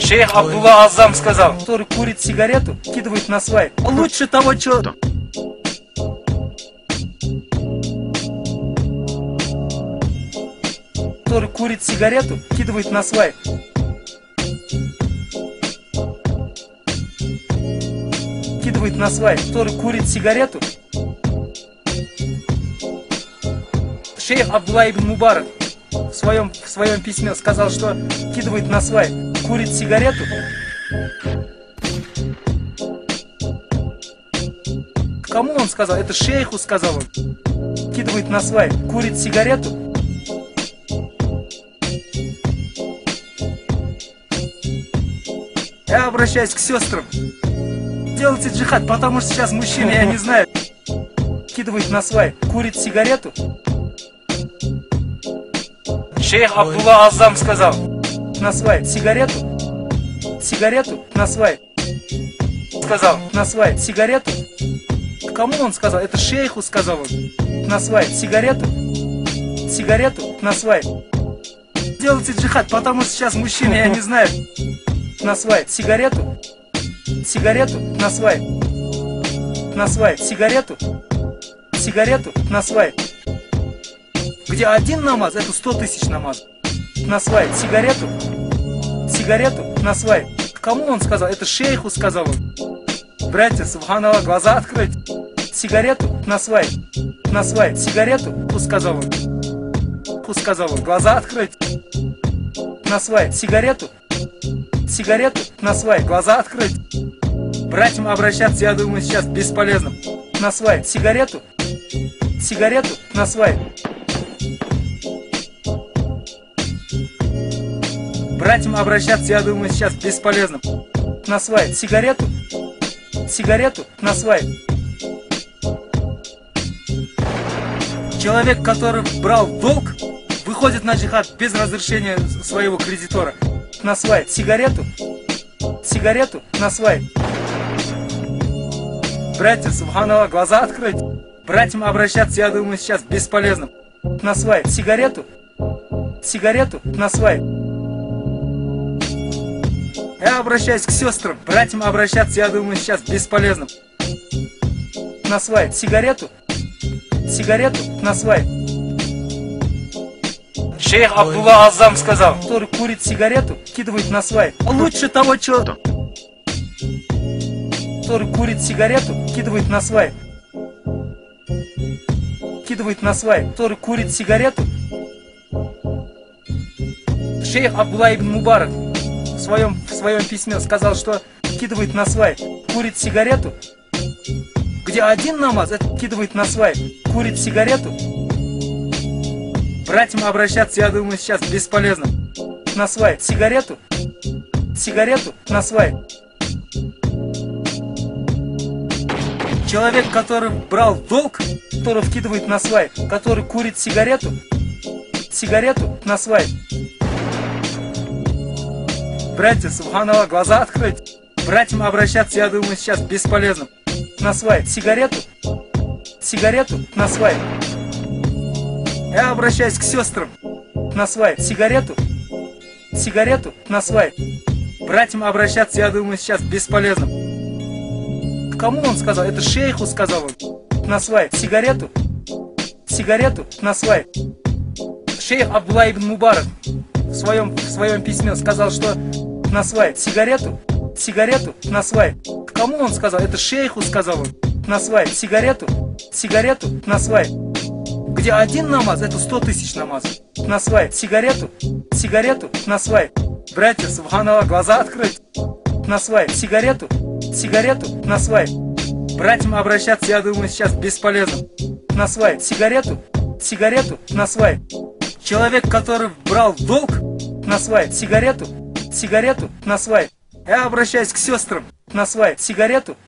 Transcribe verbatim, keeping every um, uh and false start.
Шейх Абдулла Азам сказал, который курит сигарету, кидывает на свай. Лучше того, что... Который курит сигарету, кидывает на свай. Кидывает на свай. Который курит сигарету. Шейх Абдулла ибн Мубарак в своем, в своем письме сказал, что кидывает на свай, курит сигарету. Кому он сказал? Это шейху сказал он. Кидывает на свай, курит сигарету. Я обращаюсь к сестрам. Делайте джихад, потому что сейчас мужчины, я не знаю. Кидывает на свай, курит сигарету. Шейх Абдулла Азам сказал, на свай сигарету, сигарету, на свай. Сказал, на свай сигарету. Кому он сказал? Это шейху сказал он. На свай сигарету, сигарету, на свай. Делайте джихад, потому что сейчас мужчины, я не знаю. На свай сигарету, сигарету, на свай. На свай сигарету, сигарету, на свай. Где один намаз, это сто тысяч намазов. На свай сигарету, сигарету, на свай. Кому он сказал? Это шейху сказал он. Братья, субханаллах, глаза открыть. Сигарету, на свай. На свай сигарету, ху сказал он. Ху сказал он, глаза открыть. На свай сигарету, сигарету, на свай, глаза открыть. Братьям обращаться, я думаю, сейчас бесполезно. На свай сигарету, сигарету, на свай. Братьям обращаться, я думаю, сейчас бесполезно. На свай сигарету, сигарету, на свай. Человек, который брал долг, выходит на джихад без разрешения своего кредитора. На свай сигарету, сигарету, на свай. Братья, субханаллах, глаза открыть. Братьям обращаться, я думаю, сейчас бесполезно. На свай сигарету, сигарету, на свай. Я обращаюсь к сестрам. Братьям обращаться, я думаю, сейчас бесполезно. На свай сигарету, сигарету, на свай. Шейх Абдулла Азам сказал, который курит сигарету, кидывает на свай. Лучше того, что... Который курит сигарету, кидывает на свай. Кидывает на свай. Который курит сигарету. Шейх Абдулла ибн Мубарак в своем, в своем письме сказал, что кидывает на свай, курит сигарету. Где один намаз, это кидывает на свай, курит сигарету. Братьям обращаться, я думаю, сейчас бесполезно. На свай сигарету, сигарету, на свай. Человек, который брал долг, который вкидывает на свай, который курит сигарету, сигарету, на свай. Братья, субханаллах, глаза открыть. Братьям обращаться, я думаю, сейчас бесполезно. На свай сигарету, сигарету, на свай. Я обращаюсь к сестрам. На свай сигарету, сигарету, на свай. Братьям обращаться, я думаю, сейчас бесполезно. Кому он сказал? Это шейху сказал он. На свай сигарету, сигарету, на свай. Шейх Абдулла ибн Мубарак в своем, в своем письме сказал, что на свай сигарету, сигарету, на свай. Кому он сказал? Это шейху сказал он. На свай сигарету, сигарету, на свай. Где один намаз, это сто тысяч намазов. На свай сигарету, сигарету, на свай. Братья, субханаллах, глаза открыть. На свай сигарету, сигарету, на свай. Братьям обращаться, я думаю, сейчас бесполезно. На свай сигарету, сигарету, на свай. Человек, который брал долг, на свай сигарету, сигарету, на свай. Я обращаюсь к сестрам. На свай сигарету,